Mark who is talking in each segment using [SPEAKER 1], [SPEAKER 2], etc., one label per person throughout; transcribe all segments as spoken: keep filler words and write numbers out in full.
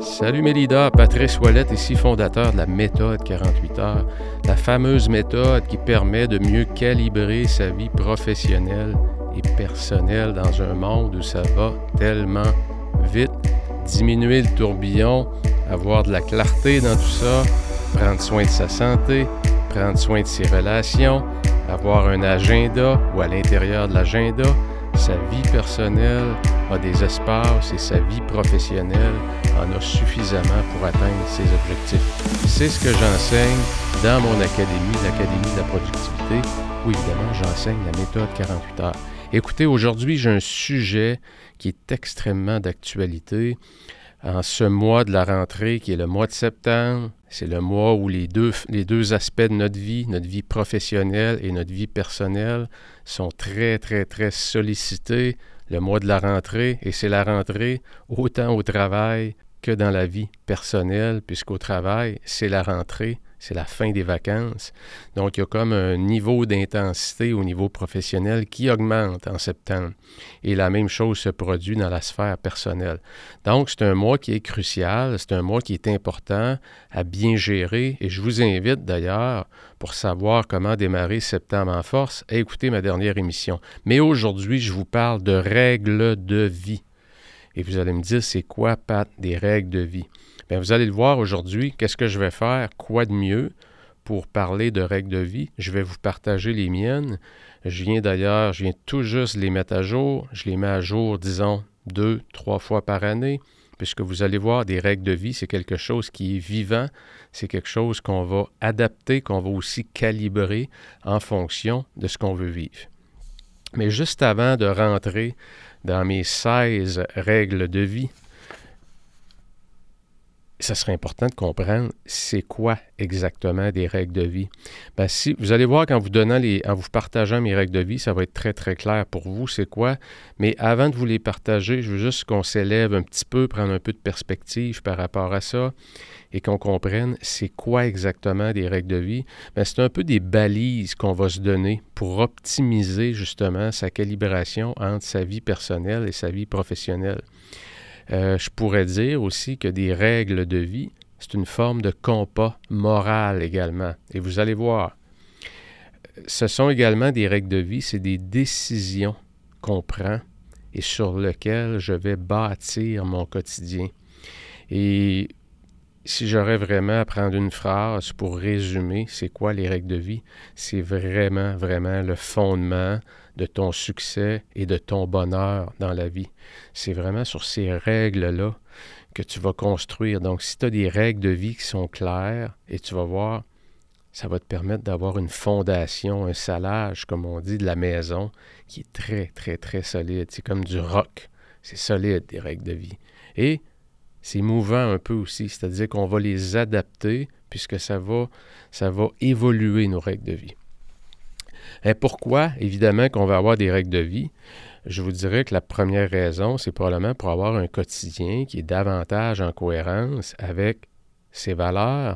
[SPEAKER 1] Salut mes leaders, Patrice Ouellette ici, fondateur de la méthode quarante-huit heures, la fameuse méthode qui permet de mieux calibrer sa vie professionnelle et personnelle dans un monde où ça va tellement vite, diminuer le tourbillon, avoir de la clarté dans tout ça, prendre soin de sa santé, prendre soin de ses relations, avoir un agenda ou à l'intérieur de l'agenda, sa vie personnelle a des espaces et sa vie professionnelle en a suffisamment pour atteindre ses objectifs. C'est ce que j'enseigne dans mon académie, l'Académie de la productivité, où évidemment j'enseigne la méthode quarante-huit heures. Écoutez, aujourd'hui j'ai un sujet qui est extrêmement d'actualité. En ce mois de la rentrée, qui est le mois de septembre, c'est le mois où les deux, les deux aspects de notre vie, notre vie professionnelle et notre vie personnelle, sont très, très, très sollicités. Le mois de la rentrée, et c'est la rentrée autant au travail que dans la vie personnelle, puisqu'au travail, c'est la rentrée, c'est la fin des vacances. Donc, il y a comme un niveau d'intensité au niveau professionnel qui augmente en septembre. Et la même chose se produit dans la sphère personnelle. Donc, c'est un mois qui est crucial, c'est un mois qui est important à bien gérer. Et je vous invite d'ailleurs, pour savoir comment démarrer septembre en force, à écouter ma dernière émission. Mais aujourd'hui, je vous parle de règles de vie. Et vous allez me dire, c'est quoi, Pat, des règles de vie? Bien, vous allez le voir aujourd'hui, qu'est-ce que je vais faire, quoi de mieux pour parler de règles de vie? Je vais vous partager les miennes. Je viens d'ailleurs, je viens tout juste les mettre à jour. Je les mets à jour, disons, deux, trois fois par année, puisque vous allez voir, des règles de vie, c'est quelque chose qui est vivant, c'est quelque chose qu'on va adapter, qu'on va aussi calibrer en fonction de ce qu'on veut vivre. Mais juste avant de rentrer dans mes seize règles de vie, ça serait important de comprendre c'est quoi exactement des règles de vie. Bien, si, vous allez voir qu'en vous donnant les, en vous partageant mes règles de vie, ça va être très, très clair pour vous, c'est quoi. Mais avant de vous les partager, je veux juste qu'on s'élève un petit peu, prendre un peu de perspective par rapport à ça et qu'on comprenne c'est quoi exactement des règles de vie. Bien, c'est un peu des balises qu'on va se donner pour optimiser justement sa calibration entre sa vie personnelle et sa vie professionnelle. Euh, je pourrais dire aussi que des règles de vie, c'est une forme de compas moral également. Et vous allez voir, ce sont également des règles de vie, c'est des décisions qu'on prend et sur lesquelles je vais bâtir mon quotidien. Et si j'aurais vraiment à prendre une phrase pour résumer c'est quoi les règles de vie, c'est vraiment, vraiment le fondement de ton succès et de ton bonheur dans la vie. C'est vraiment sur ces règles-là que tu vas construire. Donc, si tu as des règles de vie qui sont claires, et tu vas voir, ça va te permettre d'avoir une fondation, un salage, comme on dit, de la maison, qui est très, très, très solide. C'est comme du roc. C'est solide, des règles de vie. Et c'est mouvant un peu aussi, c'est-à-dire qu'on va les adapter puisque ça va, ça va évoluer nos règles de vie. Et pourquoi, évidemment, qu'on va avoir des règles de vie? Je vous dirais que la première raison, c'est probablement pour avoir un quotidien qui est davantage en cohérence avec ses valeurs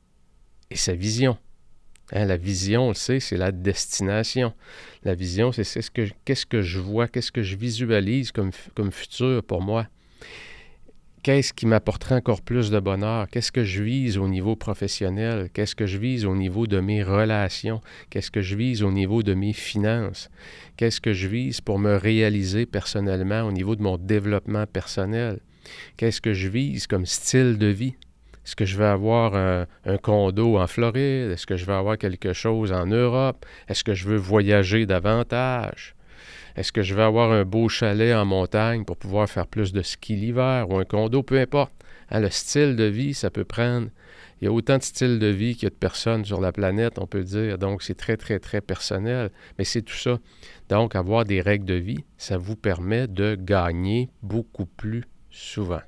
[SPEAKER 1] et sa vision. Hein, la vision, on le sait, c'est la destination. La vision, c'est, c'est ce que, qu'est-ce que je vois, qu'est-ce que je visualise comme, comme futur pour moi. Qu'est-ce qui m'apporterait encore plus de bonheur? Qu'est-ce que je vise au niveau professionnel? Qu'est-ce que je vise au niveau de mes relations? Qu'est-ce que je vise au niveau de mes finances? Qu'est-ce que je vise pour me réaliser personnellement au niveau de mon développement personnel? Qu'est-ce que je vise comme style de vie? Est-ce que je vais avoir un, un condo en Floride? Est-ce que je vais avoir quelque chose en Europe? Est-ce que je veux voyager davantage? Est-ce que je vais avoir un beau chalet en montagne pour pouvoir faire plus de ski l'hiver ou un condo? Peu importe. Hein, le style de vie, ça peut prendre... Il y a autant de styles de vie qu'il y a de personnes sur la planète, on peut dire. Donc, c'est très, très, très personnel. Mais c'est tout ça. Donc, avoir des règles de vie, ça vous permet de gagner beaucoup plus souvent.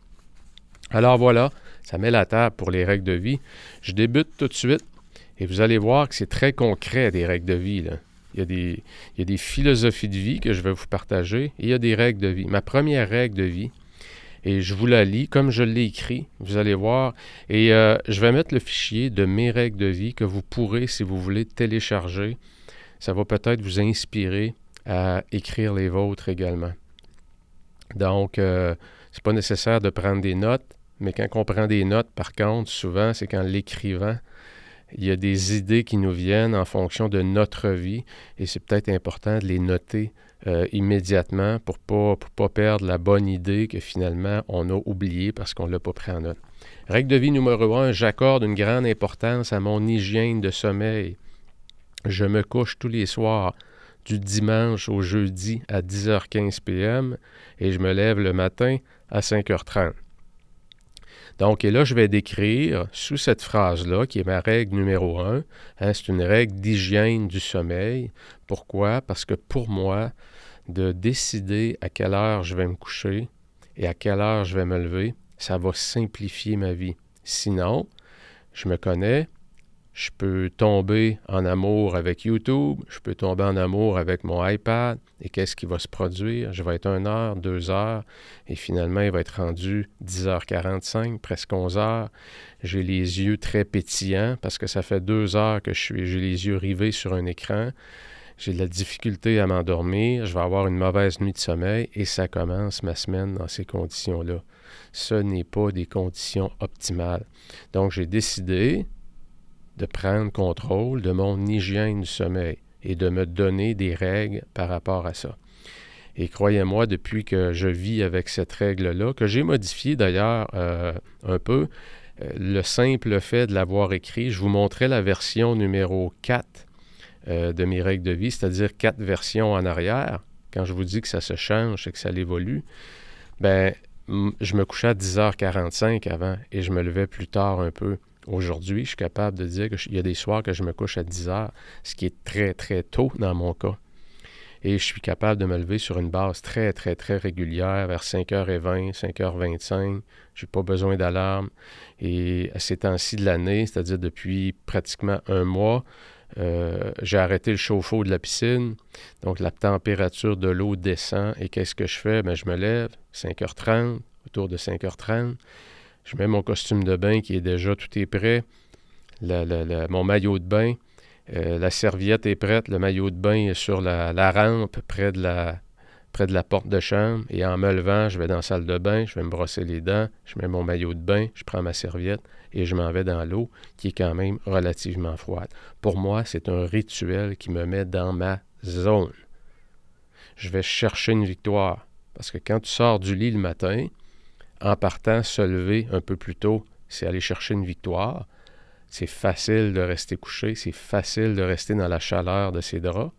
[SPEAKER 1] Alors voilà, ça met la table pour les règles de vie. Je débute tout de suite et vous allez voir que c'est très concret, des règles de vie, là. Il y, a des, il y a des philosophies de vie que je vais vous partager et il y a des règles de vie. Ma première règle de vie, et je vous la lis comme je l'ai écrit, vous allez voir, et euh, je vais mettre le fichier de mes règles de vie que vous pourrez, si vous voulez, télécharger. Ça va peut-être vous inspirer à écrire les vôtres également. Donc, euh, c'est pas nécessaire de prendre des notes. Mais quand on prend des notes, par contre, souvent, c'est qu'en l'écrivant, il y a des idées qui nous viennent en fonction de notre vie et c'est peut-être important de les noter euh, immédiatement pour ne pas, pour pas perdre la bonne idée que finalement on a oubliée parce qu'on ne l'a pas pris en note. Règle de vie numéro un, j'accorde une grande importance à mon hygiène de sommeil. Je me couche tous les soirs du dimanche au jeudi à dix heures quinze p m et je me lève le matin à cinq heures trente. Donc, et là, je vais décrire sous cette phrase-là, qui est ma règle numéro un, hein, c'est une règle d'hygiène du sommeil. Pourquoi? Parce que pour moi, de décider à quelle heure je vais me coucher et à quelle heure je vais me lever, ça va simplifier ma vie. Sinon, je me connais, je peux tomber en amour avec YouTube, je peux tomber en amour avec mon iPad, et qu'est-ce qui va se produire? Je vais être une heure, deux heures, et finalement, il va être rendu dix heures quarante-cinq, presque onze heures. J'ai les yeux très pétillants, parce que ça fait deux heures que je suis, j'ai les yeux rivés sur un écran. J'ai de la difficulté à m'endormir, je vais avoir une mauvaise nuit de sommeil, et ça commence ma semaine dans ces conditions-là. Ce n'est pas des conditions optimales. Donc, j'ai décidé de prendre contrôle de mon hygiène du sommeil et de me donner des règles par rapport à ça. Et croyez-moi, depuis que je vis avec cette règle-là, que j'ai modifiée d'ailleurs euh, un peu, euh, le simple fait de l'avoir écrit, je vous montrais la version numéro quatre euh, de mes règles de vie, c'est-à-dire quatre versions en arrière. Quand je vous dis que ça se change et que ça évolue, ben je me couchais à dix heures quarante-cinq avant et je me levais plus tard un peu. Aujourd'hui, je suis capable de dire qu'il y a des soirs que je me couche à dix heures, ce qui est très, très tôt dans mon cas. Et je suis capable de me lever sur une base très, très, très régulière, vers cinq heures vingt, cinq heures vingt-cinq. Je n'ai pas besoin d'alarme. Et à ces temps-ci de l'année, c'est-à-dire depuis pratiquement un mois, euh, j'ai arrêté le chauffe-eau de la piscine. Donc, la température de l'eau descend. Et qu'est-ce que je fais? Bien, je me lève, cinq heures trente, autour de cinq heures trente. Je mets mon costume de bain qui est déjà, tout est prêt. La, la, la, mon maillot de bain, euh, la serviette est prête. Le maillot de bain est sur la, la rampe près de la, près de la porte de chambre. Et en me levant, je vais dans la salle de bain, je vais me brosser les dents, je mets mon maillot de bain, je prends ma serviette et je m'en vais dans l'eau qui est quand même relativement froide. Pour moi, c'est un rituel qui me met dans ma zone. Je vais chercher une victoire. Parce que quand tu sors du lit le matin, en partant, se lever un peu plus tôt, c'est aller chercher une victoire. C'est facile de rester couché, c'est facile de rester dans la chaleur de ses draps.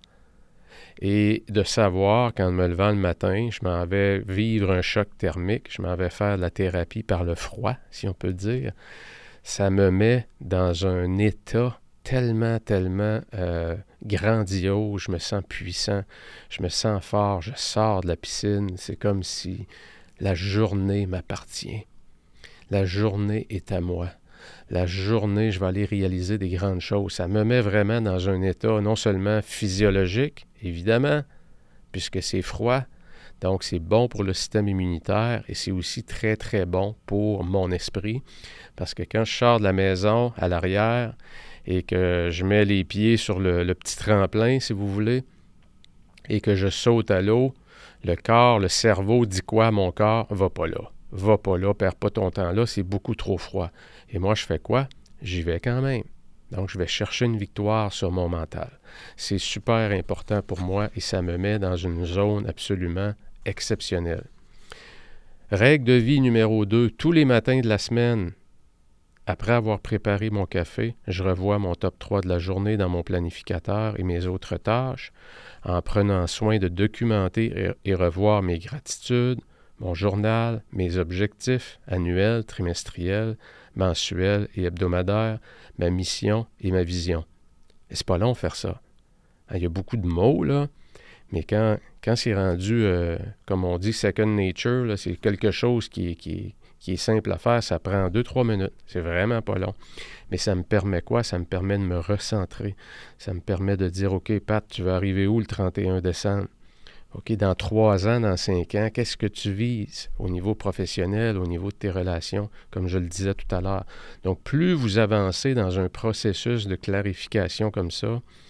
[SPEAKER 1] Et de savoir qu'en me levant le matin, je m'en vais vivre un choc thermique, je m'en vais faire de la thérapie par le froid, si on peut le dire, ça me met dans un état tellement, tellement euh, grandiose, je me sens puissant, je me sens fort, je sors de la piscine, c'est comme si la journée m'appartient. La journée est à moi. La journée, je vais aller réaliser des grandes choses. Ça me met vraiment dans un état non seulement physiologique, évidemment, puisque c'est froid, donc c'est bon pour le système immunitaire et c'est aussi très, très bon pour mon esprit. Parce que quand je sors de la maison à l'arrière et que je mets les pieds sur le, le petit tremplin, si vous voulez, et que je saute à l'eau, le corps, le cerveau dit quoi à mon corps? Va pas là. Va pas là, perds pas ton temps là, c'est beaucoup trop froid. Et moi, je fais quoi? J'y vais quand même. Donc, je vais chercher une victoire sur mon mental. C'est super important pour moi et ça me met dans une zone absolument exceptionnelle. Règle de vie numéro deux. Tous les matins de la semaine, après avoir préparé mon café, je revois mon top trois de la journée dans mon planificateur et mes autres tâches, en prenant soin de documenter et revoir mes gratitudes, mon journal, mes objectifs annuels, trimestriels, mensuels et hebdomadaires, ma mission et ma vision. Et c'est pas long de faire ça. Il y a beaucoup de mots, là, mais quand, quand c'est rendu, euh, comme on dit, second nature, là, c'est quelque chose qui, qui, qui est simple à faire, ça prend deux trois minutes. C'est vraiment pas long. Mais ça me permet quoi? Ça me permet de me recentrer. Ça me permet de dire, OK, Pat, tu vas arriver où le trente et un décembre? OK, dans trois ans, dans cinq ans, qu'est-ce que tu vises au niveau professionnel, au niveau de tes relations, comme je le disais tout à l'heure. Donc, plus vous avancez dans un processus de clarification comme ça,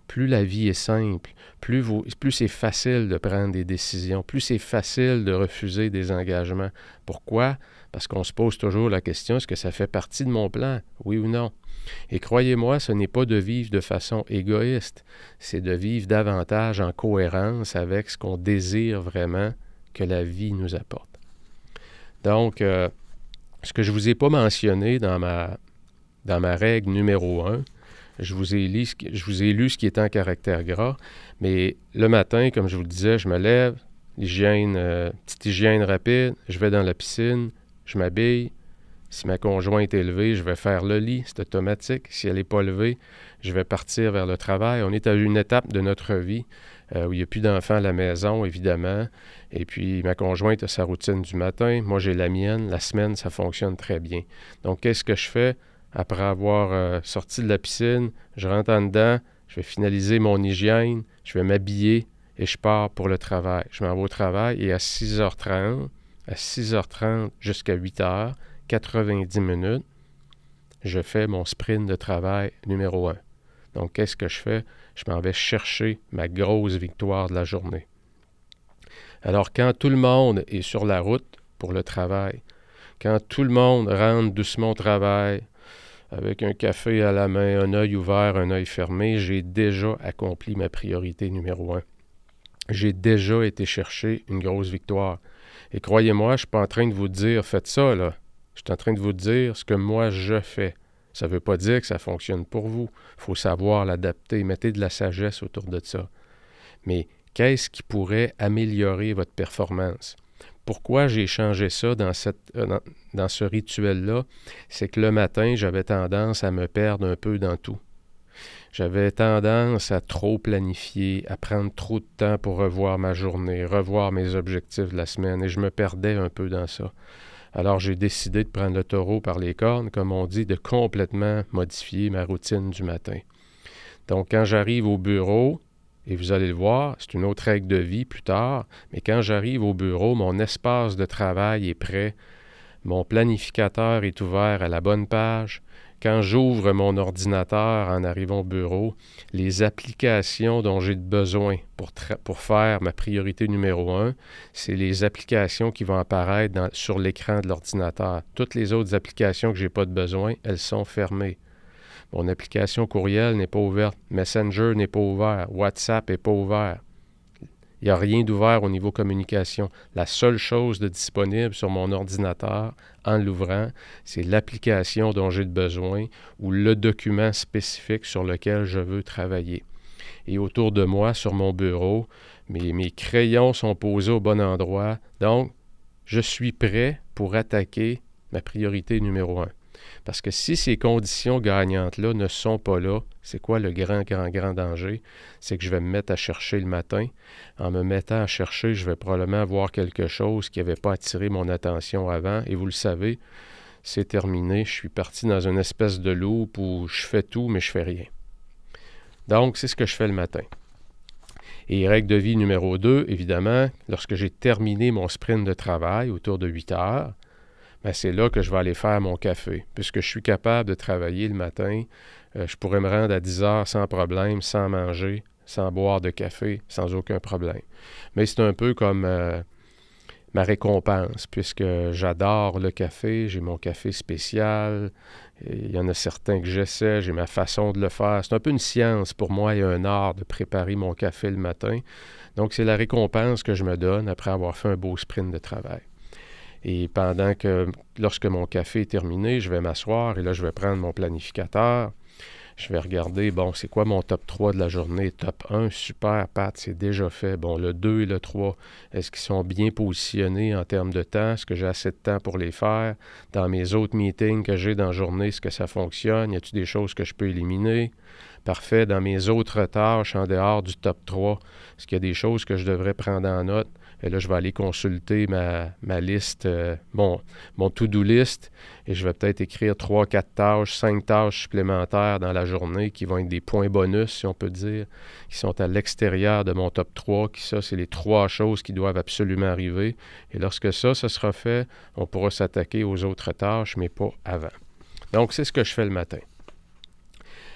[SPEAKER 1] plus la vie est simple, plus, vous, plus c'est facile de prendre des décisions, plus c'est facile de refuser des engagements. Pourquoi? Parce qu'on se pose toujours la question, est-ce que ça fait partie de mon plan? Oui ou non? Et croyez-moi, ce n'est pas de vivre de façon égoïste, c'est de vivre davantage en cohérence avec ce qu'on désire vraiment que la vie nous apporte. Donc, euh, ce que je ne vous ai pas mentionné dans ma, dans ma règle numéro un, je vous ai lu, je vous ai lu ce qui est en caractère gras, mais le matin, comme je vous le disais, je me lève, hygiène, euh, petite hygiène rapide, je vais dans la piscine, je m'habille. Si ma conjointe est levée, je vais faire le lit, c'est automatique. Si elle n'est pas levée, je vais partir vers le travail. On est à une étape de notre vie euh, où il n'y a plus d'enfants à la maison, évidemment. Et puis, ma conjointe a sa routine du matin. Moi, j'ai la mienne. La semaine, ça fonctionne très bien. Donc, qu'est-ce que je fais? Après avoir euh, sorti de la piscine, je rentre en dedans, je vais finaliser mon hygiène, je vais m'habiller et je pars pour le travail. Je m'en vais au travail et à six heures trente, à six heures trente jusqu'à huit heures, quatre-vingt-dix minutes, je fais mon sprint de travail numéro un. Donc, qu'est-ce que je fais? Je m'en vais chercher ma grosse victoire de la journée. Alors, quand tout le monde est sur la route pour le travail, quand tout le monde rentre doucement au travail, avec un café à la main, un œil ouvert, un œil fermé, j'ai déjà accompli ma priorité numéro un. J'ai déjà été chercher une grosse victoire. Et croyez-moi, je ne suis pas en train de vous dire « faites ça », là. Je suis en train de vous dire ce que moi je fais. Ça ne veut pas dire que ça fonctionne pour vous. Il faut savoir l'adapter. Mettez de la sagesse autour de ça. Mais qu'est-ce qui pourrait améliorer votre performance? Pourquoi j'ai changé ça dans, cette, euh, dans, dans ce rituel-là? C'est que le matin, j'avais tendance à me perdre un peu dans tout. J'avais tendance à trop planifier, à prendre trop de temps pour revoir ma journée, revoir mes objectifs de la semaine, et je me perdais un peu dans ça. Alors, j'ai décidé de prendre le taureau par les cornes, comme on dit, de complètement modifier ma routine du matin. Donc, quand j'arrive au bureau, et vous allez le voir, c'est une autre règle de vie plus tard, mais quand j'arrive au bureau, mon espace de travail est prêt, mon planificateur est ouvert à la bonne page. Quand j'ouvre mon ordinateur en arrivant au bureau, les applications dont j'ai besoin pour, tra- pour faire ma priorité numéro un, c'est les applications qui vont apparaître dans, sur l'écran de l'ordinateur. Toutes les autres applications que je n'ai pas de besoin, elles sont fermées. Mon application courriel n'est pas ouverte, Messenger n'est pas ouvert, WhatsApp n'est pas ouvert. Il n'y a rien d'ouvert au niveau communication. La seule chose de disponible sur mon ordinateur, en l'ouvrant, c'est l'application dont j'ai besoin ou le document spécifique sur lequel je veux travailler. Et autour de moi, sur mon bureau, mes, mes crayons sont posés au bon endroit. Donc, je suis prêt pour attaquer ma priorité numéro un. Parce que si ces conditions gagnantes-là ne sont pas là, c'est quoi le grand, grand, grand danger? C'est que je vais me mettre à chercher le matin. En me mettant à chercher, je vais probablement voir quelque chose qui n'avait pas attiré mon attention avant. Et vous le savez, c'est terminé. Je suis parti dans une espèce de loop où je fais tout, mais je fais rien. Donc, c'est ce que je fais le matin. Et règle de vie numéro deux, évidemment, lorsque j'ai terminé mon sprint de travail autour de huit heures, bien, c'est là que je vais aller faire mon café. Puisque je suis capable de travailler le matin, euh, je pourrais me rendre à dix heures sans problème, sans manger, sans boire de café, sans aucun problème. Mais c'est un peu comme euh, ma récompense, puisque j'adore le café, j'ai mon café spécial, il y en a certains que j'essaie, j'ai ma façon de le faire. C'est un peu une science pour moi et un art de préparer mon café le matin. Donc, c'est la récompense que je me donne après avoir fait un beau sprint de travail. Et pendant que, lorsque mon café est terminé, je vais m'asseoir et là, je vais prendre mon planificateur. Je vais regarder, bon, c'est quoi mon top trois de la journée? Top un, super, Pat, c'est déjà fait. Bon, le deux et le trois, est-ce qu'ils sont bien positionnés en termes de temps? Est-ce que j'ai assez de temps pour les faire? Dans mes autres meetings que j'ai dans la journée, est-ce que ça fonctionne? Y a-t-il des choses que je peux éliminer? Parfait. Dans mes autres tâches, en dehors du top trois, est-ce qu'il y a des choses que je devrais prendre en note? Et là, je vais aller consulter ma, ma liste, euh, mon, mon to-do list, et je vais peut-être écrire trois, quatre tâches, cinq tâches supplémentaires dans la journée qui vont être des points bonus, si on peut dire, qui sont à l'extérieur de mon top trois, qui ça, c'est les trois choses qui doivent absolument arriver. Et lorsque ça, ça sera fait, on pourra s'attaquer aux autres tâches, mais pas avant. Donc, c'est ce que je fais le matin.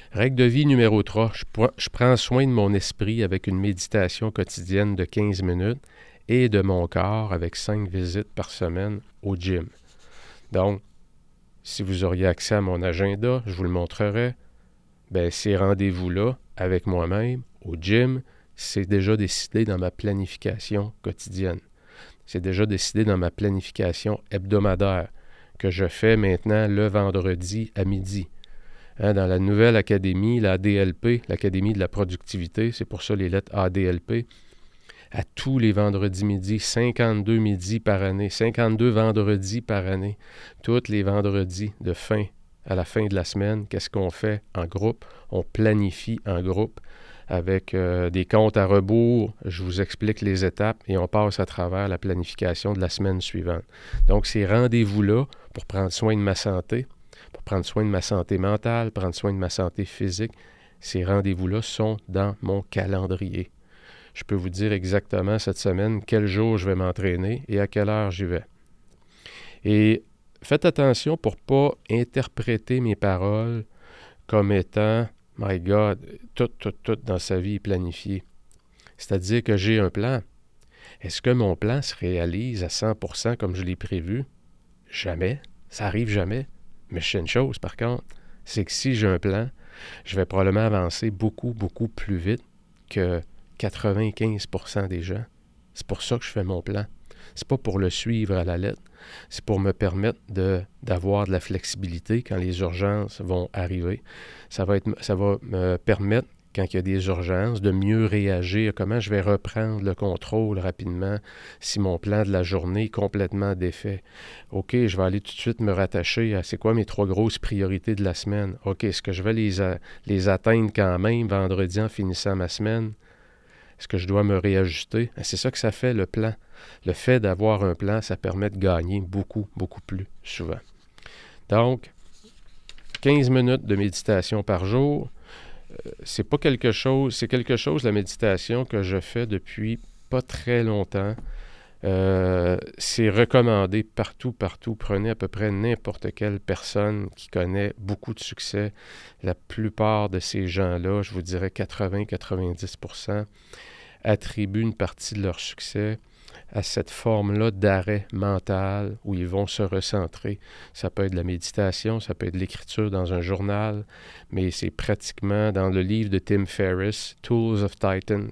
[SPEAKER 1] Règle de vie numéro trois, je, je prends soin de mon esprit avec une méditation quotidienne de quinze minutes et de mon corps avec cinq visites par semaine au gym. Donc, si vous auriez accès à mon agenda, je vous le montrerai, bien, ces rendez-vous-là avec moi-même au gym, c'est déjà décidé dans ma planification quotidienne. C'est déjà décidé dans ma planification hebdomadaire que je fais maintenant le vendredi à midi. Hein, dans la nouvelle académie, la A D L P, l'Académie de la productivité, c'est pour ça les lettres A D L P, à tous les vendredis midi, cinquante-deux midis par année, cinquante-deux vendredis par année, tous les vendredis de fin à la fin de la semaine, qu'est-ce qu'on fait en groupe? On planifie en groupe avec euh, des comptes à rebours. Je vous explique les étapes et on passe à travers la planification de la semaine suivante. Donc, ces rendez-vous-là pour prendre soin de ma santé, pour prendre soin de ma santé mentale, prendre soin de ma santé physique, ces rendez-vous-là sont dans mon calendrier. Je peux vous dire exactement cette semaine quel jour je vais m'entraîner et à quelle heure j'y vais. Et faites attention pour ne pas interpréter mes paroles comme étant « My God, tout, tout, tout dans sa vie est planifié ». C'est-à-dire que j'ai un plan. Est-ce que mon plan se réalise à cent pour cent comme je l'ai prévu? Jamais. Ça arrive jamais. Mais je sais une chose, par contre, c'est que si j'ai un plan, je vais probablement avancer beaucoup, beaucoup plus vite que quatre-vingt-quinze pour cent des gens. C'est pour ça que je fais mon plan. C'est pas pour le suivre à la lettre. C'est pour me permettre de, d'avoir de la flexibilité quand les urgences vont arriver. Ça va être, ça va me permettre, quand il y a des urgences, de mieux réagir. Comment je vais reprendre le contrôle rapidement si mon plan de la journée est complètement défait. OK, je vais aller tout de suite me rattacher à c'est quoi mes trois grosses priorités de la semaine. OK, est-ce que je vais les, a, les atteindre quand même vendredi en finissant ma semaine? Est-ce que je dois me réajuster? C'est ça que ça fait, le plan. Le fait d'avoir un plan, ça permet de gagner beaucoup, beaucoup plus souvent. Donc, quinze minutes de méditation par jour, euh, c'est pas quelque chose, c'est quelque chose, la méditation, que je fais depuis pas très longtemps. Euh, c'est recommandé partout, partout. Prenez à peu près n'importe quelle personne qui connaît beaucoup de succès. La plupart de ces gens-là, je vous dirais quatre-vingts à quatre-vingt-dix pour cent, attribuent une partie de leur succès à cette forme-là d'arrêt mental où ils vont se recentrer. Ça peut être de la méditation, ça peut être de l'écriture dans un journal, mais c'est pratiquement dans le livre de Tim Ferriss, Tools of Titans,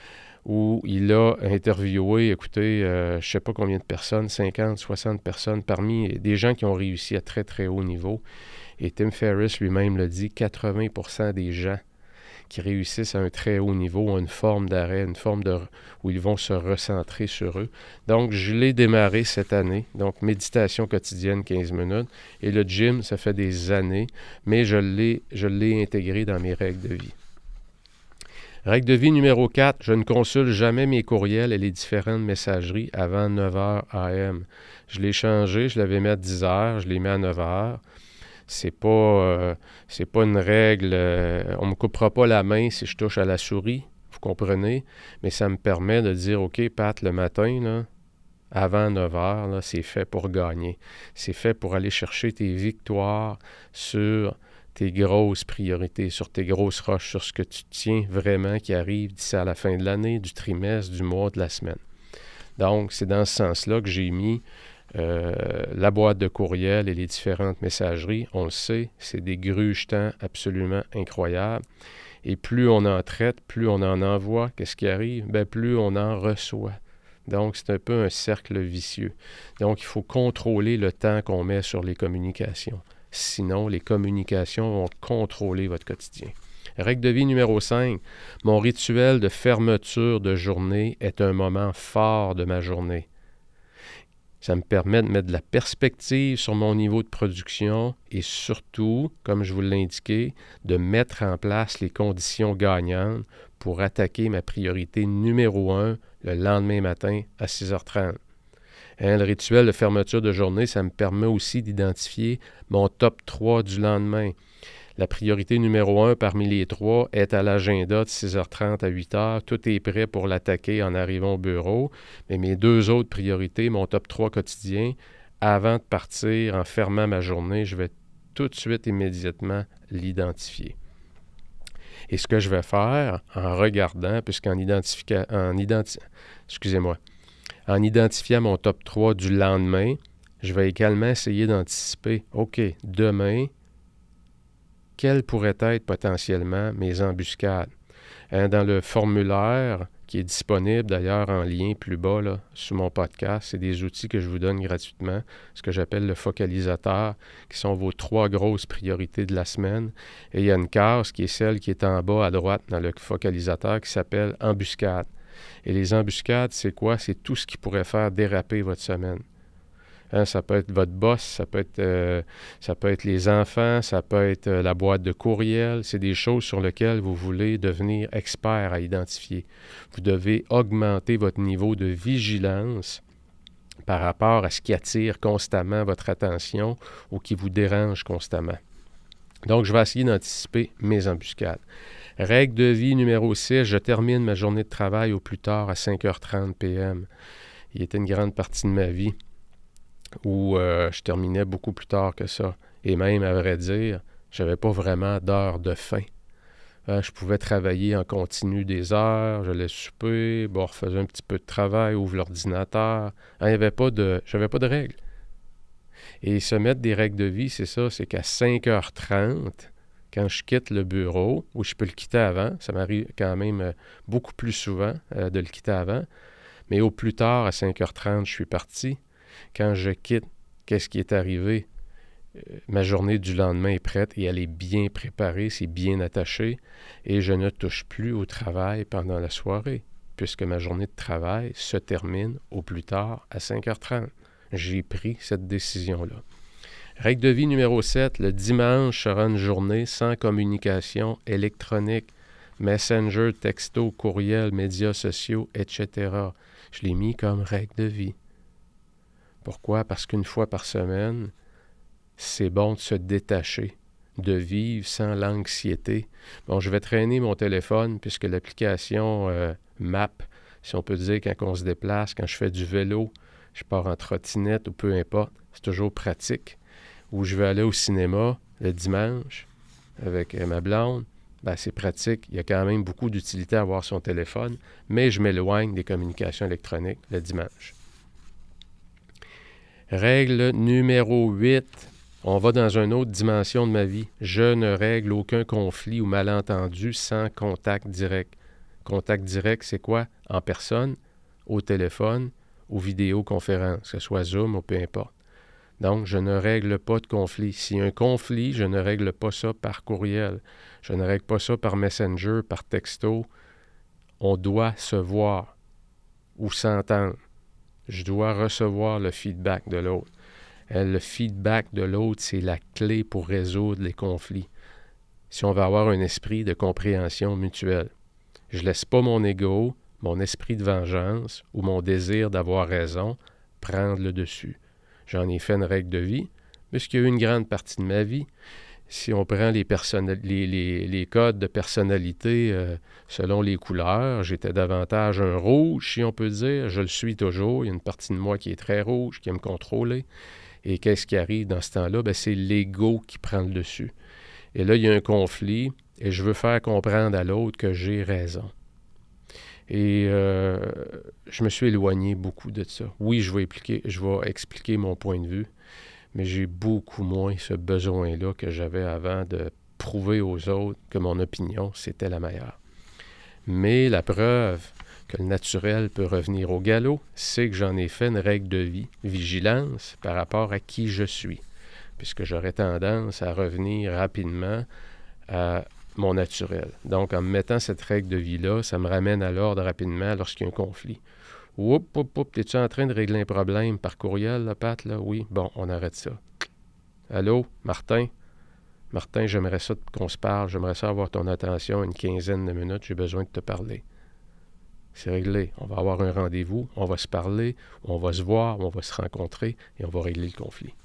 [SPEAKER 1] où il a interviewé, écoutez, euh, je ne sais pas combien de personnes, cinquante, soixante personnes, parmi des gens qui ont réussi à très, très haut niveau. Et Tim Ferriss lui-même le dit, quatre-vingts pour cent des gens qui réussissent à un très haut niveau ont une forme d'arrêt, une forme de où ils vont se recentrer sur eux. Donc, je l'ai démarré cette année. Donc, méditation quotidienne, quinze minutes. Et le gym, ça fait des années, mais je l'ai, je l'ai intégré dans mes règles de vie. Règle de vie numéro quatre, je ne consulte jamais mes courriels et les différentes messageries avant neuf heures A M. Je l'ai changé, je l'avais mis à dix heures, je l'ai mis à neuf heures. C'est pas, euh, c'est pas une règle, euh, on ne me coupera pas la main si je touche à la souris, vous comprenez, mais ça me permet de dire, OK, Pat, le matin, là, avant neuf heures, là, c'est fait pour gagner. C'est fait pour aller chercher tes victoires sur tes grosses priorités, sur tes grosses roches, sur ce que tu tiens vraiment qui arrive d'ici à la fin de l'année, du trimestre, du mois, de la semaine. Donc, c'est dans ce sens-là que j'ai mis euh, la boîte de courriel et les différentes messageries. On le sait, c'est des grugetants absolument incroyables. Et plus on en traite, plus on en envoie, qu'est-ce qui arrive? Bien, plus on en reçoit. Donc, c'est un peu un cercle vicieux. Donc, il faut contrôler le temps qu'on met sur les communications. Sinon, les communications vont contrôler votre quotidien. Règle de vie numéro cinq. Mon rituel de fermeture de journée est un moment fort de ma journée. Ça me permet de mettre de la perspective sur mon niveau de production et surtout, comme je vous l'ai indiqué, de mettre en place les conditions gagnantes pour attaquer ma priorité numéro un le lendemain matin à six heures trente. Hein, le rituel de fermeture de journée, ça me permet aussi d'identifier mon top trois du lendemain. La priorité numéro un parmi les trois est à l'agenda de six heures trente à huit heures. Tout est prêt pour l'attaquer en arrivant au bureau. Mais mes deux autres priorités, mon top trois quotidien, avant de partir, en fermant ma journée, je vais tout de suite, immédiatement, l'identifier. Et ce que je vais faire en regardant, puisqu'en identifiant, en identi- excusez-moi, en identifiant mon top trois du lendemain, je vais également essayer d'anticiper, OK, demain, quelles pourraient être potentiellement mes embuscades. Hein, dans le formulaire qui est disponible d'ailleurs en lien plus bas là, sous mon podcast, c'est des outils que je vous donne gratuitement, ce que j'appelle le focalisateur, qui sont vos trois grosses priorités de la semaine. Et il y a une case qui est celle qui est en bas à droite dans le focalisateur qui s'appelle embuscade. Et les embuscades, c'est quoi? C'est tout ce qui pourrait faire déraper votre semaine. Hein, ça peut être votre boss, ça peut être, euh, ça peut être les enfants, ça peut être euh, la boîte de courriel. C'est des choses sur lesquelles vous voulez devenir expert à identifier. Vous devez augmenter votre niveau de vigilance par rapport à ce qui attire constamment votre attention ou qui vous dérange constamment. Donc, je vais essayer d'anticiper mes embuscades. Règle de vie numéro six, je termine ma journée de travail au plus tard à cinq heures trente p m. Il était une grande partie de ma vie où euh, je terminais beaucoup plus tard que ça. Et même, à vrai dire, je n'avais pas vraiment d'heure de fin. Euh, je pouvais travailler en continu des heures, j'allais souper, bon, refaisais un petit peu de travail, ouvre l'ordinateur. Hein, il y avait pas de, j'avais pas de règles. Et se mettre des règles de vie, c'est ça, c'est qu'à cinq heures trente, quand je quitte le bureau, ou je peux le quitter avant, ça m'arrive quand même euh, beaucoup plus souvent euh, de le quitter avant, mais au plus tard, à cinq heures trente, je suis parti. Quand je quitte, qu'est-ce qui est arrivé? Euh, ma journée du lendemain est prête et elle est bien préparée, c'est bien attaché et je ne touche plus au travail pendant la soirée puisque ma journée de travail se termine au plus tard à cinq heures trente. J'ai pris cette décision-là. Règle de vie numéro sept, le dimanche sera une journée sans communication électronique, messenger, texto, courriel, médias sociaux, et cetera. Je l'ai mis comme règle de vie. Pourquoi? Parce qu'une fois par semaine, c'est bon de se détacher, de vivre sans l'anxiété. Bon, je vais traîner mon téléphone puisque l'application euh, Map, si on peut dire, quand on se déplace, quand je fais du vélo, je pars en trottinette ou peu importe, c'est toujours pratique. Ou je vais aller au cinéma le dimanche avec ma blonde, ben c'est pratique. Il y a quand même beaucoup d'utilité à avoir son téléphone, mais je m'éloigne des communications électroniques le dimanche. Règle numéro huit. On va dans une autre dimension de ma vie. Je ne règle aucun conflit ou malentendu sans contact direct. Contact direct, c'est quoi? En personne, au téléphone, ou vidéoconférence, que ce soit Zoom ou peu importe. Donc, je ne règle pas de conflit. S'il y a un conflit, je ne règle pas ça par courriel. Je ne règle pas ça par Messenger, par texto. On doit se voir ou s'entendre. Je dois recevoir le feedback de l'autre. Le feedback de l'autre, c'est la clé pour résoudre les conflits. Si on veut avoir un esprit de compréhension mutuelle. Je ne laisse pas mon ego, mon esprit de vengeance ou mon désir d'avoir raison prendre le dessus. J'en ai fait une règle de vie, puisqu'il y a eu une grande partie de ma vie. Si on prend les, personnali- les, les, les codes de personnalité euh, selon les couleurs, j'étais davantage un rouge, si on peut dire. Je le suis toujours. Il y a une partie de moi qui est très rouge, qui aime contrôler. Et qu'est-ce qui arrive dans ce temps-là? Bien, c'est l'ego qui prend le dessus. Et là, il y a un conflit, et je veux faire comprendre à l'autre que j'ai raison. Et euh, je me suis éloigné beaucoup de ça. Oui, je vais, expliquer, je vais expliquer mon point de vue, mais j'ai beaucoup moins ce besoin-là que j'avais avant de prouver aux autres que mon opinion, c'était la meilleure. Mais la preuve que le naturel peut revenir au galop, c'est que j'en ai fait une règle de vie, vigilance par rapport à qui je suis, puisque j'aurais tendance à revenir rapidement à mon naturel. Donc, en me mettant cette règle de vie-là, ça me ramène à l'ordre rapidement lorsqu'il y a un conflit. Oup, oup, oup, t'es-tu en train de régler un problème par courriel, là, Pat, là? Oui, bon, on arrête ça. Allô, Martin? Martin, j'aimerais ça qu'on se parle, j'aimerais ça avoir ton attention une quinzaine de minutes, j'ai besoin de te parler. C'est réglé. On va avoir un rendez-vous, on va se parler, on va se voir, on va se rencontrer et on va régler le conflit.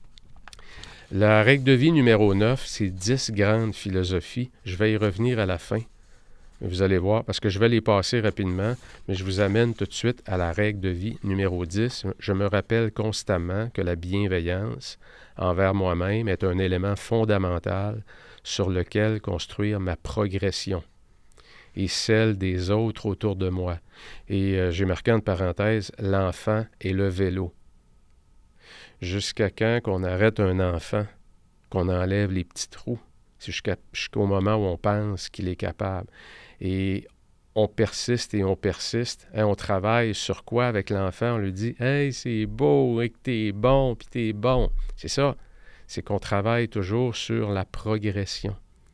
[SPEAKER 1] La règle de vie numéro neuf, c'est dix grandes philosophies. Je vais y revenir à la fin Vous allez voir, parce que je vais les passer rapidement, mais je vous amène tout de suite à la règle de vie numéro dix. Je me rappelle constamment que la bienveillance envers moi-même est un élément fondamental sur lequel construire ma progression et celle des autres autour de moi. Et euh, j'ai marqué en parenthèse l'enfant et le vélo. Jusqu'à quand qu'on arrête un enfant, qu'on enlève les petits trous, c'est jusqu'à, jusqu'au moment où on pense qu'il est capable. Et on persiste et on persiste. Hein, on travaille sur quoi avec l'enfant? On lui dit « Hey, c'est beau, et que t'es bon, puis t'es bon. » C'est ça. C'est qu'on travaille toujours sur la progression.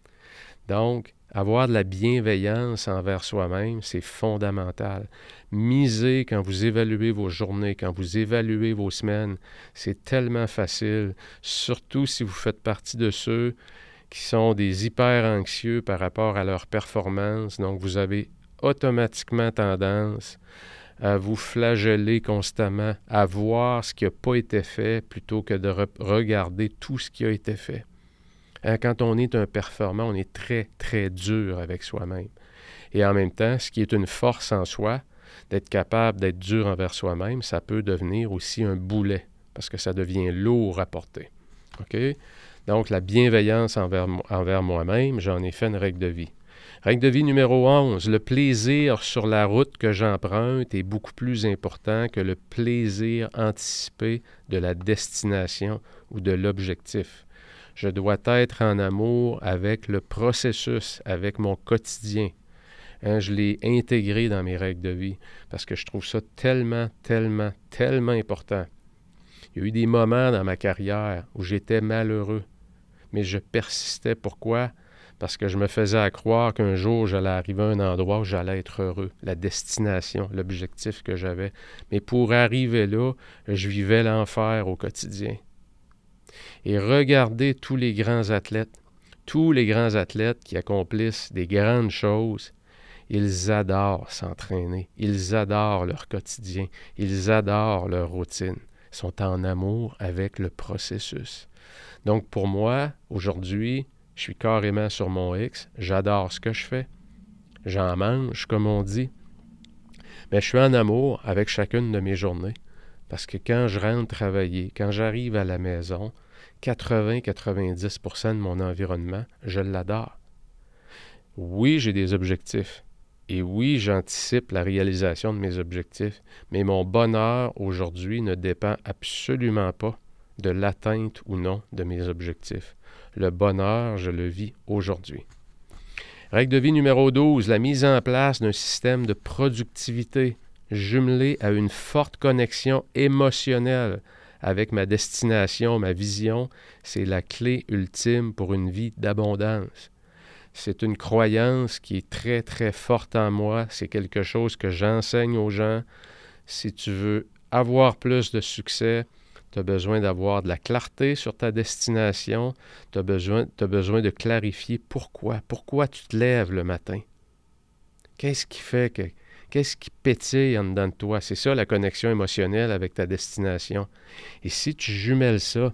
[SPEAKER 1] Donc, avoir de la bienveillance envers soi-même, c'est fondamental. Miser quand vous évaluez vos journées, quand vous évaluez vos semaines, c'est tellement facile, surtout si vous faites partie de ceux qui sont des hyper anxieux par rapport à leur performance. Donc, vous avez automatiquement tendance à vous flageller constamment, à voir ce qui n'a pas été fait plutôt que de re- regarder tout ce qui a été fait. Hein, quand on est un performant, on est très, très dur avec soi-même. Et en même temps, ce qui est une force en soi, d'être capable d'être dur envers soi-même, ça peut devenir aussi un boulet, parce que ça devient lourd à porter. OK? Donc, la bienveillance envers, envers moi-même, j'en ai fait une règle de vie. Règle de vie numéro onze, le plaisir sur la route que j'emprunte est beaucoup plus important que le plaisir anticipé de la destination ou de l'objectif. Je dois être en amour avec le processus, avec mon quotidien. Hein, je l'ai intégré dans mes règles de vie parce que je trouve ça tellement, tellement, tellement important. Il y a eu des moments dans ma carrière où j'étais malheureux, mais je persistais. Pourquoi? Parce que je me faisais croire qu'un jour, j'allais arriver à un endroit où j'allais être heureux, la destination, l'objectif que j'avais. Mais pour arriver là, je vivais l'enfer au quotidien. Et regardez tous les grands athlètes, tous les grands athlètes qui accomplissent des grandes choses, ils adorent s'entraîner, ils adorent leur quotidien, ils adorent leur routine, ils sont en amour avec le processus. Donc pour moi, aujourd'hui, je suis carrément sur mon X, j'adore ce que je fais, j'en mange, comme on dit, mais je suis en amour avec chacune de mes journées, parce que quand je rentre travailler, quand j'arrive à la maison, quatre-vingts à quatre-vingt-dix pour cent de mon environnement, je l'adore. Oui, j'ai des objectifs. Et oui, j'anticipe la réalisation de mes objectifs. Mais mon bonheur aujourd'hui ne dépend absolument pas de l'atteinte ou non de mes objectifs. Le bonheur, je le vis aujourd'hui. Règle de vie numéro douze, la mise en place d'un système de productivité jumelé à une forte connexion émotionnelle avec ma destination, ma vision, c'est la clé ultime pour une vie d'abondance. C'est une croyance qui est très, très forte en moi. C'est quelque chose que j'enseigne aux gens. Si tu veux avoir plus de succès, tu as besoin d'avoir de la clarté sur ta destination. Tu as besoin, tu as besoin de clarifier pourquoi. Pourquoi tu te lèves le matin? Qu'est-ce qui fait que... Qu'est-ce qui pétille en dedans de toi? C'est ça la connexion émotionnelle avec ta destination. Et si tu jumelles ça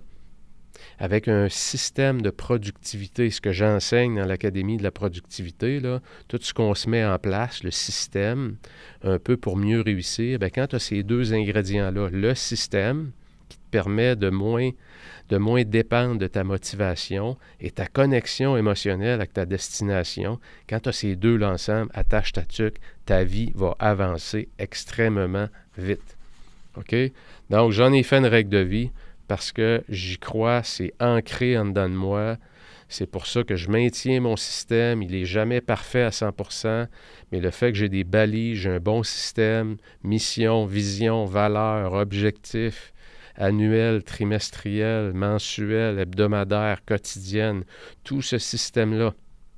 [SPEAKER 1] avec un système de productivité, ce que j'enseigne dans l'Académie de la productivité, là, tout ce qu'on se met en place, le système, un peu pour mieux réussir, bien, quand tu as ces deux ingrédients-là, le système qui te permet de moins, de moins dépendre de ta motivation et ta connexion émotionnelle avec ta destination, quand tu as ces deux-là ensemble, attache ta tuque, ta vie va avancer extrêmement vite. OK? Donc, j'en ai fait une règle de vie parce que j'y crois, c'est ancré en dedans de moi. C'est pour ça que je maintiens mon système. Il n'est jamais parfait à cent pour cent, mais le fait que j'ai des balises, j'ai un bon système, mission, vision, valeur, objectif, annuel, trimestriel, mensuel, hebdomadaire, quotidienne, tout ce système-là,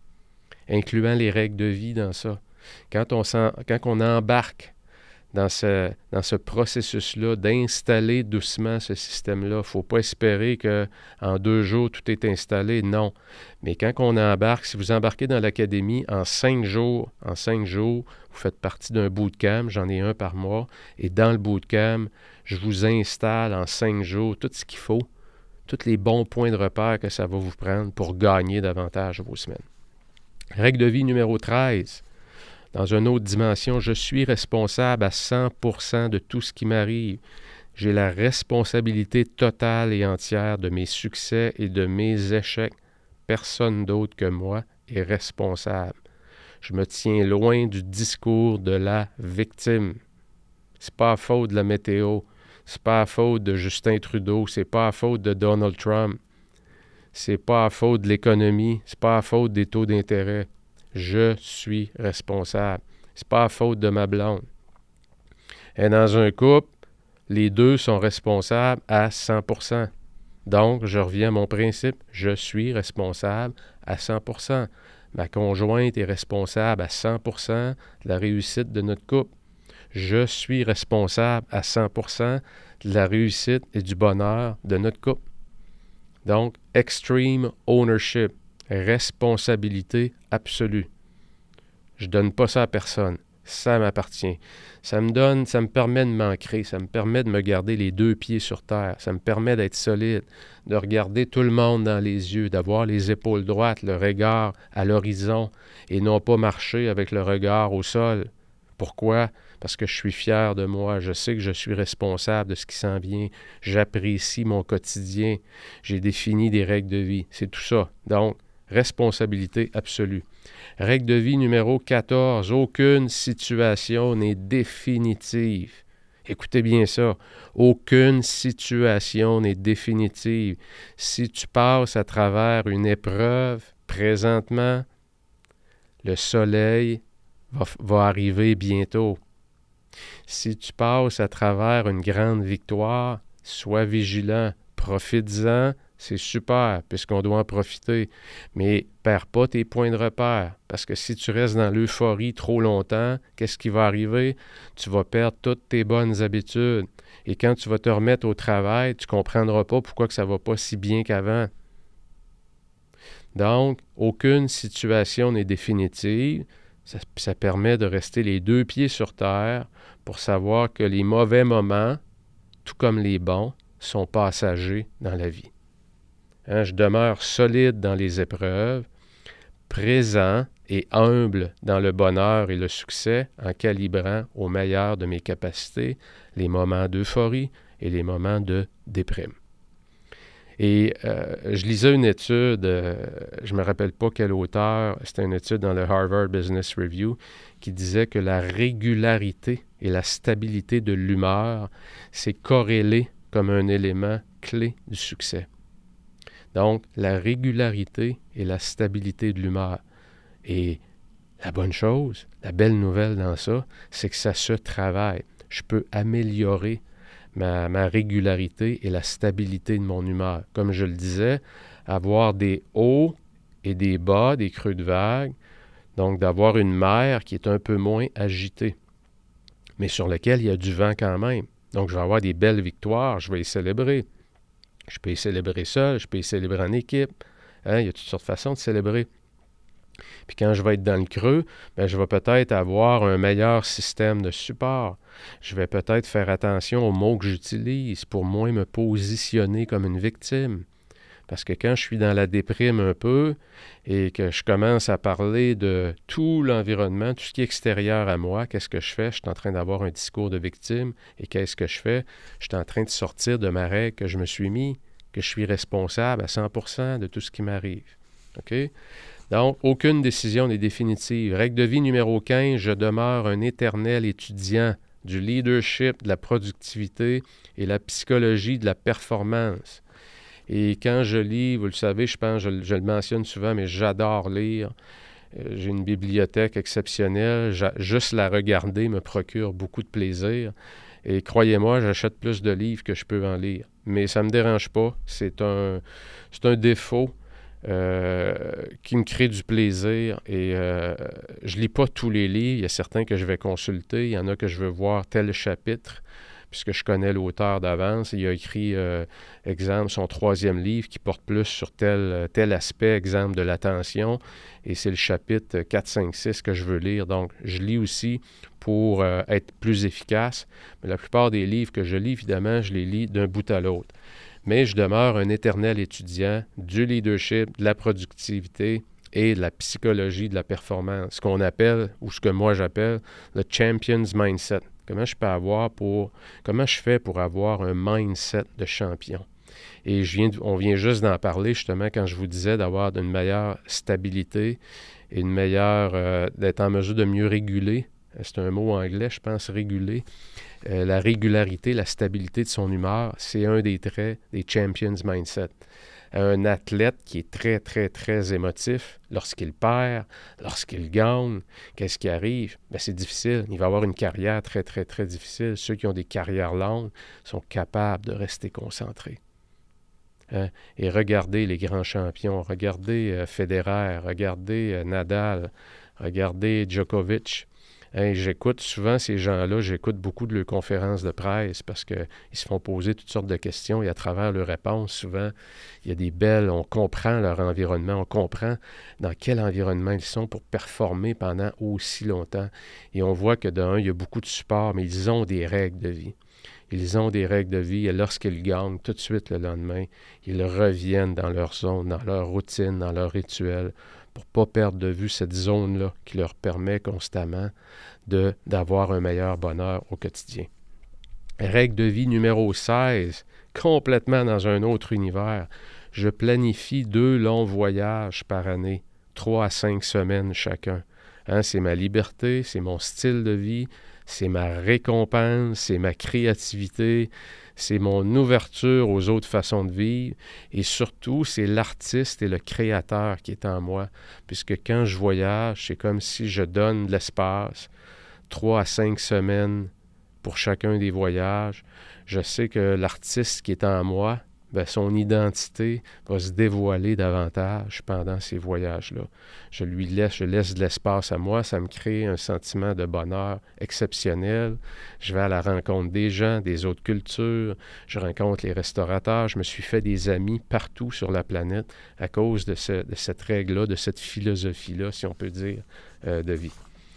[SPEAKER 1] incluant les règles de vie dans ça. Quand on, quand on embarque dans ce, dans ce processus-là, d'installer doucement ce système-là. Il ne faut pas espérer qu'en deux jours, tout est installé. Non. Mais quand on embarque, si vous embarquez dans l'académie, en cinq jours, en cinq jours, vous faites partie d'un bootcamp, j'en ai un par mois, et dans le bootcamp, je vous installe en cinq jours tout ce qu'il faut, tous les bons points de repère que ça va vous prendre pour gagner davantage vos semaines. Règle de vie numéro treize. Dans une autre dimension, je suis responsable à cent pour cent de tout ce qui m'arrive. J'ai la responsabilité totale et entière de mes succès et de mes échecs. Personne d'autre que moi est responsable. Je me tiens loin du discours de la victime. C'est pas à faute de la météo, c'est pas à faute de Justin Trudeau, c'est pas à faute de Donald Trump, c'est pas à faute de l'économie, c'est pas à faute des taux d'intérêt. Je suis responsable. C'est pas à faute de ma blonde. Et dans un couple, les deux sont responsables à cent pour cent. Donc, je reviens à mon principe, je suis responsable à cent pour cent. Ma conjointe est responsable à cent pour cent de la réussite de notre couple. Je suis responsable à cent pour cent de la réussite et du bonheur de notre couple. Donc, extreme ownership, responsabilité absolue. Je ne donne pas ça à personne. Ça m'appartient. Ça me donne, ça me permet de m'ancrer, ça me permet de me garder les deux pieds sur terre, ça me permet d'être solide, de regarder tout le monde dans les yeux, d'avoir les épaules droites, le regard à l'horizon et non pas marcher avec le regard au sol. Pourquoi? Parce que je suis fier de moi, je sais que je suis responsable de ce qui s'en vient, j'apprécie mon quotidien, j'ai défini des règles de vie, c'est tout ça. Donc, responsabilité absolue. Règle de vie numéro quatorze. Aucune situation n'est définitive. Écoutez bien ça. Aucune situation n'est définitive. Si tu passes à travers une épreuve, présentement, le soleil va, va arriver bientôt. Si tu passes à travers une grande victoire, sois vigilant, profites-en. C'est super, puisqu'on doit en profiter. Mais perds pas tes points de repère, parce que si tu restes dans l'euphorie trop longtemps, qu'est-ce qui va arriver? Tu vas perdre toutes tes bonnes habitudes. Et quand tu vas te remettre au travail, tu ne comprendras pas pourquoi que ça ne va pas si bien qu'avant. Donc, aucune situation n'est définitive. Ça, ça permet de rester les deux pieds sur terre pour savoir que les mauvais moments, tout comme les bons, sont passagers dans la vie. Hein, je demeure solide dans les épreuves, présent et humble dans le bonheur et le succès en calibrant au meilleur de mes capacités les moments d'euphorie et les moments de déprime. Et euh, je lisais une étude, euh, je ne me rappelle pas quel auteur, c'était une étude dans le Harvard Business Review qui disait que la régularité et la stabilité de l'humeur, c'est corrélé comme un élément clé du succès. Donc, la régularité et la stabilité de l'humeur. Et la bonne chose, la belle nouvelle dans ça, c'est que ça se travaille. Je peux améliorer ma, ma régularité et la stabilité de mon humeur. Comme je le disais, avoir des hauts et des bas, des creux de vague, donc d'avoir une mer qui est un peu moins agitée, mais sur laquelle il y a du vent quand même. Donc, je vais avoir des belles victoires, je vais les célébrer. Je peux y célébrer seul, je peux y célébrer en équipe. Hein? Il y a toutes sortes de façons de célébrer. Puis quand je vais être dans le creux, bien, je vais peut-être avoir un meilleur système de support. Je vais peut-être faire attention aux mots que j'utilise pour moins me positionner comme une victime. Parce que quand je suis dans la déprime un peu et que je commence à parler de tout l'environnement, tout ce qui est extérieur à moi, qu'est-ce que je fais? Je suis en train d'avoir un discours de victime. Et qu'est-ce que je fais? Je suis en train de sortir de ma règle que je me suis mis, que je suis responsable à cent pour cent de tout ce qui m'arrive. OK? Donc, aucune décision n'est définitive. Règle de vie numéro quinze, je demeure un éternel étudiant du leadership, de la productivité et la psychologie de la performance. Et quand je lis, vous le savez, je pense, je, je le mentionne souvent, mais j'adore lire. Euh, j'ai une bibliothèque exceptionnelle. J'a, juste la regarder me procure beaucoup de plaisir. Et croyez-moi, j'achète plus de livres que je peux en lire. Mais ça ne me dérange pas. C'est un, c'est un défaut euh, qui me crée du plaisir. Et euh, je ne lis pas tous les livres. Il y a certains que je vais consulter. Il y en a que je veux voir tel chapitre, puisque je connais l'auteur d'avance. Il a écrit, euh, exemple, son troisième livre qui porte plus sur tel, tel aspect, exemple, de l'attention. Et c'est le chapitre quatre, cinq, six que je veux lire. Donc, je lis aussi pour euh, être plus efficace. Mais la plupart des livres que je lis, évidemment, je les lis d'un bout à l'autre. Mais je demeure un éternel étudiant du leadership, de la productivité et de la psychologie de la performance, ce qu'on appelle, ou ce que moi j'appelle, le champion's mindset. Comment je peux avoir pour, comment je fais pour avoir un mindset de champion? Et je viens de, on vient juste d'en parler justement quand je vous disais d'avoir une meilleure stabilité et une meilleure, euh, d'être en mesure de mieux réguler. C'est un mot anglais, je pense, réguler. Euh, la régularité, la stabilité de son humeur, c'est un des traits des champions mindset. Un athlète qui est très, très, très émotif, lorsqu'il perd, lorsqu'il gagne, qu'est-ce qui arrive? Bien, c'est difficile. Il va avoir une carrière très, très, très difficile. Ceux qui ont des carrières longues sont capables de rester concentrés. Hein? Et regardez les grands champions, regardez euh, Federer, regardez euh, Nadal, regardez Djokovic. Hein, j'écoute souvent ces gens-là, j'écoute beaucoup de leurs conférences de presse parce qu'ils se font poser toutes sortes de questions et à travers leurs réponses, souvent, il y a des belles, on comprend leur environnement, on comprend dans quel environnement ils sont pour performer pendant aussi longtemps. Et on voit que d'un, il y a beaucoup de support, mais ils ont des règles de vie. Ils ont des règles de vie et lorsqu'ils gagnent, tout de suite le lendemain, ils reviennent dans leur zone, dans leur routine, dans leur rituel, pour ne pas perdre de vue cette zone-là qui leur permet constamment de, d'avoir un meilleur bonheur au quotidien. Règle de vie numéro seize, complètement dans un autre univers. Je planifie deux longs voyages par année, trois à cinq semaines chacun. Hein, c'est ma liberté, c'est mon style de vie, c'est ma récompense, c'est ma créativité, c'est mon ouverture aux autres façons de vivre et surtout, c'est l'artiste et le créateur qui est en moi. Puisque quand je voyage, c'est comme si je donne de l'espace, trois à cinq semaines pour chacun des voyages. Je sais que l'artiste qui est en moi, bien, son identité va se dévoiler davantage pendant ces voyages-là. Je lui laisse, je laisse de l'espace à moi, ça me crée un sentiment de bonheur exceptionnel. Je vais à la rencontre des gens, des autres cultures, je rencontre les restaurateurs, je me suis fait des amis partout sur la planète à cause de, ce, de cette règle-là, de cette philosophie-là, si on peut dire, euh, de vie.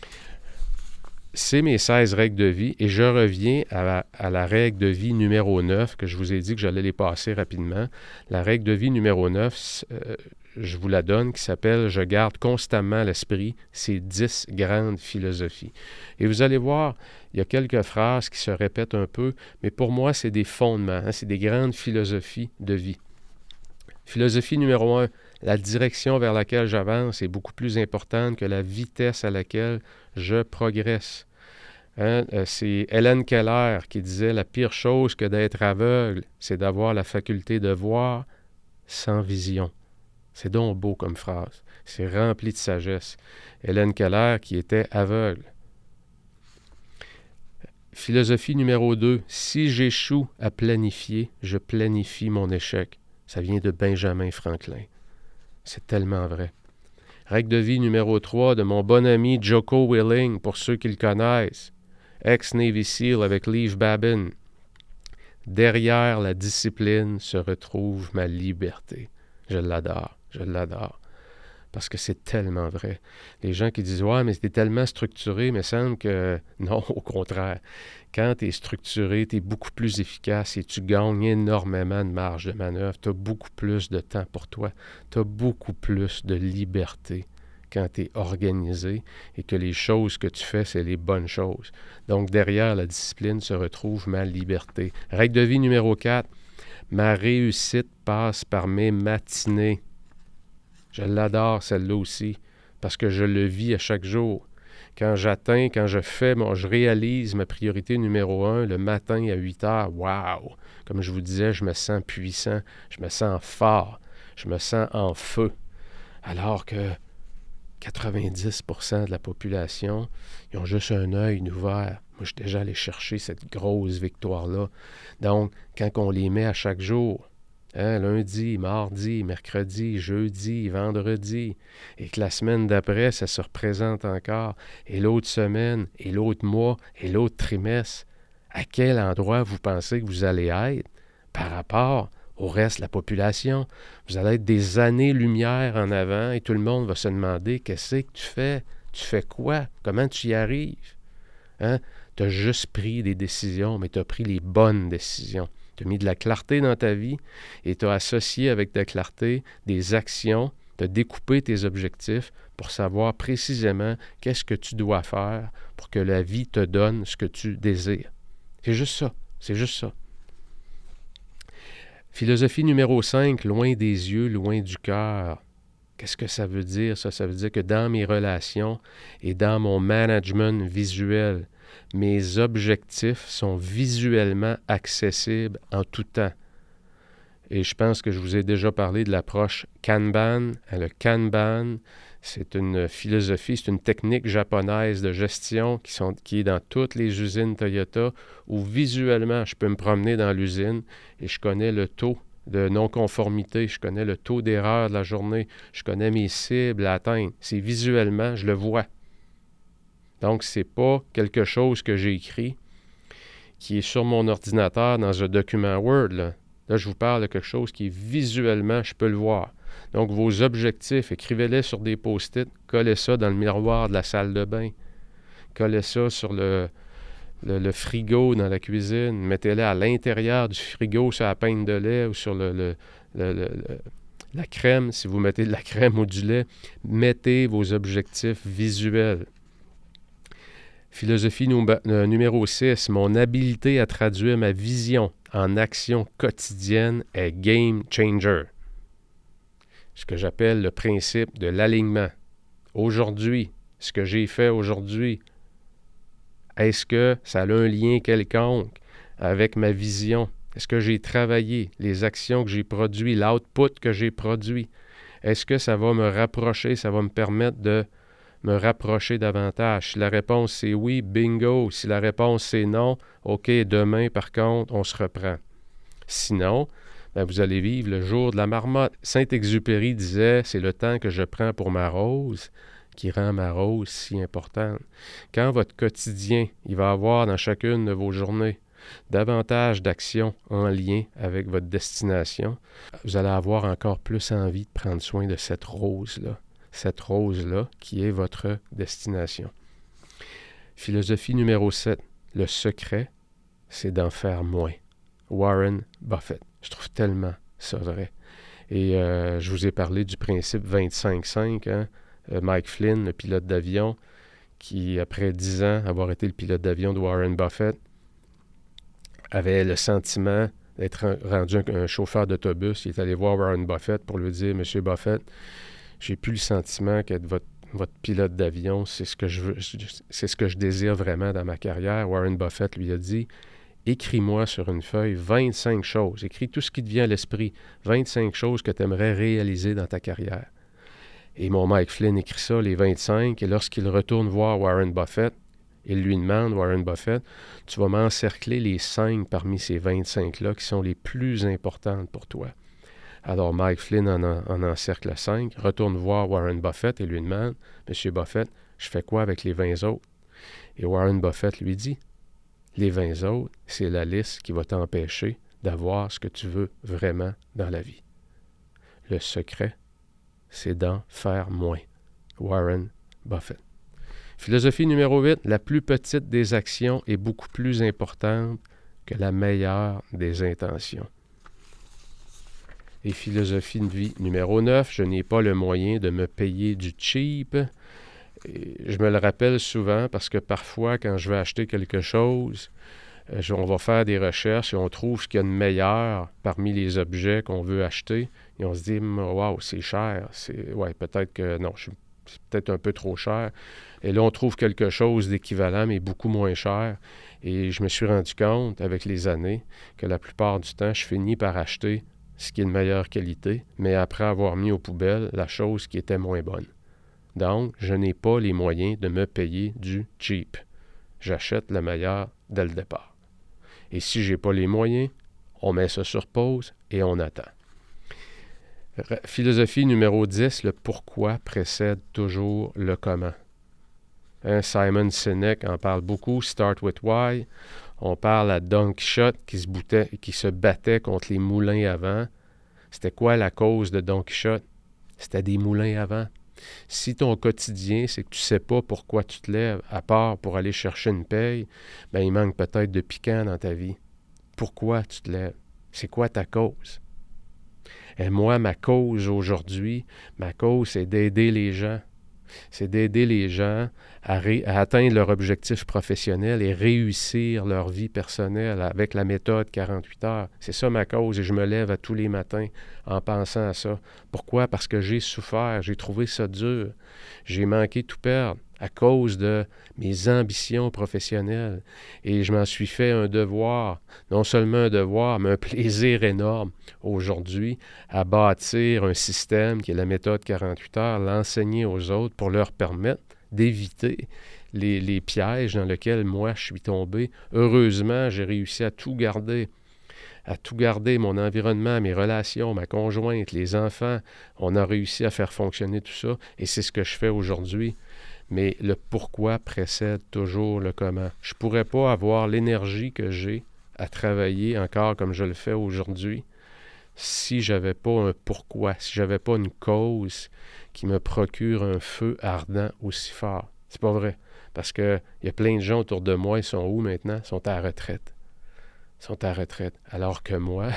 [SPEAKER 1] C'est mes seize règles de vie et je reviens à la, à la règle de vie numéro neuf que je vous ai dit que j'allais les passer rapidement. La règle de vie numéro neuf, euh, je vous la donne, qui s'appelle « Je garde constamment à l'esprit ces dix grandes philosophies ». Et vous allez voir, il y a quelques phrases qui se répètent un peu, mais pour moi, c'est des fondements, hein, c'est des grandes philosophies de vie. Philosophie numéro un, la direction vers laquelle j'avance est beaucoup plus importante que la vitesse à laquelle je progresse. Hein? C'est Helen Keller qui disait « La pire chose que d'être aveugle, c'est d'avoir la faculté de voir sans vision ». C'est donc beau comme phrase. C'est rempli de sagesse. Helen Keller qui était aveugle. Philosophie numéro deux, si j'échoue à planifier, je planifie mon échec. Ça vient de Benjamin Franklin. C'est tellement vrai. Règle de vie numéro trois de mon bon ami Jocko Willing, pour ceux qui le connaissent. Ex-Navy SEAL avec Leave Babin. Derrière la discipline se retrouve ma liberté. Je l'adore, je l'adore. Parce que c'est tellement vrai. Les gens qui disent « Ouais, mais c'est tellement structuré », mais il semble que non, au contraire. Quand tu es structuré, tu es beaucoup plus efficace et tu gagnes énormément de marge de manœuvre. Tu as beaucoup plus de temps pour toi. Tu as beaucoup plus de liberté quand tu es organisé et que les choses que tu fais, c'est les bonnes choses. Donc, derrière la discipline se retrouve ma liberté. Règle de vie numéro quatre. Ma réussite passe par mes matinées. Je l'adore, celle-là aussi, parce que je le vis à chaque jour. Quand j'atteins, quand je fais, bon, je réalise ma priorité numéro un le matin à huit heures. Wow! Comme je vous disais, je me sens puissant, je me sens fort, je me sens en feu. Alors que quatre-vingt-dix pour cent de la population, ils ont juste un œil ouvert. Moi, je suis déjà allé chercher cette grosse victoire-là. Donc, quand on les met à chaque jour, hein, lundi, mardi, mercredi, jeudi, vendredi, et que la semaine d'après, ça se représente encore, et l'autre semaine, et l'autre mois, et l'autre trimestre, à quel endroit vous pensez que vous allez être par rapport au reste de la population? Vous allez être des années-lumière en avant, et tout le monde va se demander « Qu'est-ce que tu fais? Tu fais quoi? Comment tu y arrives? » Hein? Tu as juste pris des décisions, mais tu as pris les bonnes décisions. Tu as mis de la clarté dans ta vie et tu as associé avec ta clarté des actions, de découper tes objectifs pour savoir précisément qu'est-ce que tu dois faire pour que la vie te donne ce que tu désires. C'est juste ça. C'est juste ça. Philosophie numéro cinq, loin des yeux, loin du cœur. Qu'est-ce que ça veut dire, ça? Ça veut dire que dans mes relations et dans mon management visuel, mes objectifs sont visuellement accessibles en tout temps. Et je pense que je vous ai déjà parlé de l'approche Kanban. Le Kanban, c'est une philosophie, c'est une technique japonaise de gestion qui, sont, qui est dans toutes les usines Toyota où visuellement, je peux me promener dans l'usine et je connais le taux de non-conformité, je connais le taux d'erreur de la journée, je connais mes cibles à atteindre. C'est visuellement, je le vois. Donc, ce n'est pas quelque chose que j'ai écrit qui est sur mon ordinateur dans un document Word, là. Là, je vous parle de quelque chose qui est visuellement, je peux le voir. Donc, vos objectifs, écrivez-les sur des post-it, collez ça dans le miroir de la salle de bain, collez ça sur le, le, le frigo dans la cuisine, mettez-les à l'intérieur du frigo sur la pinte de lait ou sur le, le, le, le, le, la crème, si vous mettez de la crème ou du lait. Mettez vos objectifs visuels. Philosophie numéro six, mon habileté à traduire ma vision en action quotidienne est game changer. Ce que j'appelle le principe de l'alignement. Aujourd'hui, ce que j'ai fait aujourd'hui, est-ce que ça a un lien quelconque avec ma vision? Est-ce que j'ai travaillé, les actions que j'ai produites, l'output que j'ai produit? Est-ce que ça va me rapprocher, ça va me permettre de me rapprocher davantage? Si la réponse c'est oui, bingo. Si la réponse c'est non, OK, demain, par contre, on se reprend. Sinon, bien, vous allez vivre le jour de la marmotte. Saint-Exupéry disait, c'est le temps que je prends pour ma rose qui rend ma rose si importante. Quand votre quotidien, il va avoir dans chacune de vos journées davantage d'actions en lien avec votre destination, vous allez avoir encore plus envie de prendre soin de cette rose-là. Cette rose-là qui est votre destination. Philosophie numéro sept. Le secret, c'est d'en faire moins. Warren Buffett. Je trouve tellement ça vrai. Et euh, je vous ai parlé du principe vingt-cinq cinq. Hein? Mike Flynn, le pilote d'avion, qui, après dix ans, avoir été le pilote d'avion de Warren Buffett, avait le sentiment d'être rendu un, un chauffeur d'autobus. Il est allé voir Warren Buffett pour lui dire « Monsieur Buffett, j'ai plus le sentiment qu'être votre, votre pilote d'avion, c'est ce que je veux, c'est ce que je désire vraiment dans ma carrière. » Warren Buffett lui a dit « Écris-moi sur une feuille vingt-cinq choses. Écris tout ce qui te vient à l'esprit. vingt-cinq choses que tu aimerais réaliser dans ta carrière. » Et mon Mike Flynn écrit ça, les vingt-cinq, et lorsqu'il retourne voir Warren Buffett, il lui demande, Warren Buffett, « Tu vas m'encercler les cinq parmi ces vingt-cinq-là qui sont les plus importantes pour toi. » Alors, Mike Flynn en, en encercle cinq, retourne voir Warren Buffett et lui demande, « Monsieur Buffett, je fais quoi avec les vingt autres? » Et Warren Buffett lui dit, « Les vingt autres, c'est la liste qui va t'empêcher d'avoir ce que tu veux vraiment dans la vie. » Le secret, c'est d'en faire moins. Warren Buffett. Philosophie numéro huit, la plus petite des actions est beaucoup plus importante que la meilleure des intentions. Et philosophie de vie numéro neuf, je n'ai pas le moyen de me payer du cheap. Et je me le rappelle souvent parce que parfois, quand je veux acheter quelque chose, je, on va faire des recherches et on trouve ce qu'il y a de meilleur parmi les objets qu'on veut acheter. Et on se dit, waouh, c'est cher. C'est, ouais, peut-être que non, je, c'est peut-être un peu trop cher. Et là, on trouve quelque chose d'équivalent, mais beaucoup moins cher. Et je me suis rendu compte, avec les années, que la plupart du temps, je finis par acheter ce qui est de meilleure qualité, mais après avoir mis aux poubelles la chose qui était moins bonne. Donc, je n'ai pas les moyens de me payer du cheap. J'achète le meilleur dès le départ. Et si je n'ai pas les moyens, on met ça sur pause et on attend. Philosophie numéro dix, le pourquoi précède toujours le comment. Hein, Simon Sinek en parle beaucoup, Start with Why. On parle à Don Quichotte qui se, boutait, qui se battait contre les moulins à vent. C'était quoi la cause de Don Quichotte? C'était des moulins à vent. Si ton quotidien, c'est que tu ne sais pas pourquoi tu te lèves, à part pour aller chercher une paye, bien, il manque peut-être de piquant dans ta vie. Pourquoi tu te lèves? C'est quoi ta cause? Et moi, ma cause aujourd'hui, ma cause, c'est d'aider les gens. C'est d'aider les gens à, ré- à atteindre leur objectif professionnel et réussir leur vie personnelle avec la méthode quarante-huit heures. C'est ça ma cause et je me lève à tous les matins en pensant à ça. Pourquoi? Parce que j'ai souffert, j'ai trouvé ça dur. J'ai manqué tout perdre à cause de mes ambitions professionnelles. Et je m'en suis fait un devoir, non seulement un devoir, mais un plaisir énorme aujourd'hui à bâtir un système qui est la méthode quarante-huit heures, l'enseigner aux autres pour leur permettre d'éviter les, les pièges dans lesquels moi je suis tombé. Heureusement, j'ai réussi à tout garder, à tout garder, mon environnement, mes relations, ma conjointe, les enfants. On a réussi à faire fonctionner tout ça et c'est ce que je fais aujourd'hui. Mais le pourquoi précède toujours le comment. Je ne pourrais pas avoir l'énergie que j'ai à travailler encore comme je le fais aujourd'hui si je n'avais pas un pourquoi, si je n'avais pas une cause qui me procure un feu ardent aussi fort. C'est pas vrai. Parce qu'il y a plein de gens autour de moi, ils sont où maintenant? Ils sont à la retraite. Ils sont à la retraite. Alors que moi,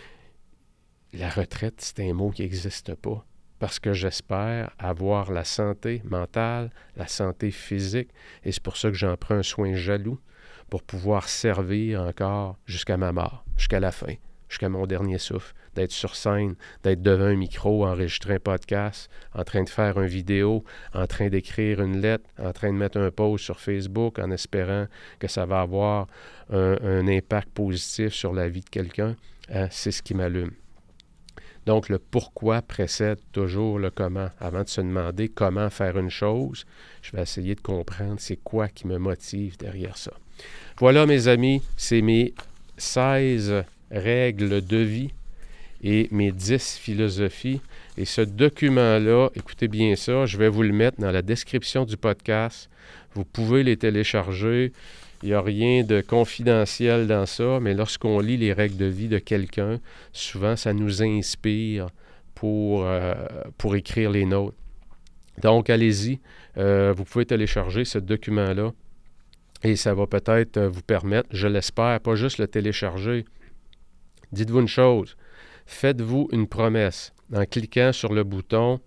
[SPEAKER 1] la retraite, c'est un mot qui n'existe pas. Parce que j'espère avoir la santé mentale, la santé physique, et c'est pour ça que j'en prends un soin jaloux pour pouvoir servir encore jusqu'à ma mort, jusqu'à la fin, jusqu'à mon dernier souffle, d'être sur scène, d'être devant un micro, enregistrer un podcast, en train de faire une vidéo, en train d'écrire une lettre, en train de mettre un post sur Facebook en espérant que ça va avoir un, un impact positif sur la vie de quelqu'un, hein, c'est ce qui m'allume. Donc, le pourquoi précède toujours le comment. Avant de se demander comment faire une chose, je vais essayer de comprendre c'est quoi qui me motive derrière ça. Voilà, mes amis, c'est mes seize règles de vie et mes dix philosophies. Et ce document-là, écoutez bien ça, je vais vous le mettre dans la description du podcast. Vous pouvez les télécharger. Il n'y a rien de confidentiel dans ça, mais lorsqu'on lit les règles de vie de quelqu'un, souvent, ça nous inspire pour, euh, pour écrire les nôtres. Donc, allez-y, euh, vous pouvez télécharger ce document-là et ça va peut-être vous permettre, je l'espère, pas juste le télécharger. Dites-vous une chose, faites-vous une promesse en cliquant sur le bouton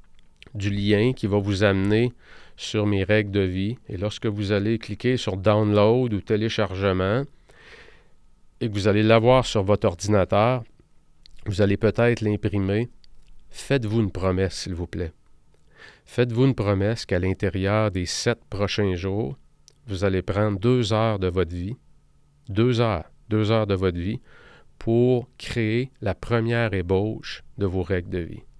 [SPEAKER 1] du lien qui va vous amener sur mes règles de vie. Et lorsque vous allez cliquer sur « Download » ou « Téléchargement » et que vous allez l'avoir sur votre ordinateur, vous allez peut-être l'imprimer. Faites-vous une promesse, s'il vous plaît. Faites-vous une promesse qu'à l'intérieur des sept prochains jours, vous allez prendre deux heures de votre vie, deux heures, deux heures de votre vie, pour créer la première ébauche de vos règles de vie.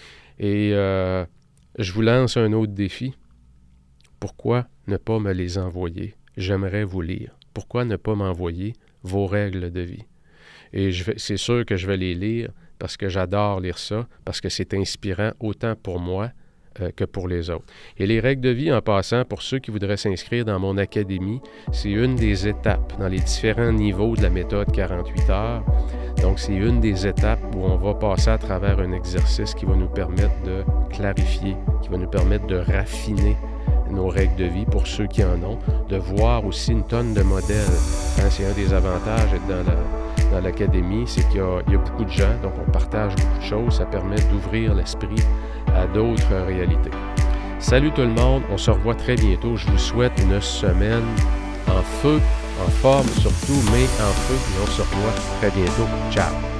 [SPEAKER 1] Et euh, je vous lance un autre défi. Pourquoi ne pas me les envoyer? J'aimerais vous lire. Pourquoi ne pas m'envoyer vos règles de vie? Et je vais, c'est sûr que je vais les lire parce que j'adore lire ça, parce que c'est inspirant autant pour moi euh, que pour les autres. Et les règles de vie, en passant, pour ceux qui voudraient s'inscrire dans mon académie, c'est une des étapes dans les différents niveaux de la méthode quarante-huit heures. Donc, c'est une des étapes où on va passer à travers un exercice qui va nous permettre de clarifier, qui va nous permettre de raffiner nos règles de vie pour ceux qui en ont, de voir aussi une tonne de modèles. Hein, c'est un des avantages d'être dans, la, dans l'académie, c'est qu'il y a, il y a beaucoup de gens, donc on partage beaucoup de choses, ça permet d'ouvrir l'esprit à d'autres réalités. Salut tout le monde, on se revoit très bientôt. Je vous souhaite une semaine en feu, en forme surtout, mais en feu, et on se revoit très bientôt. Ciao!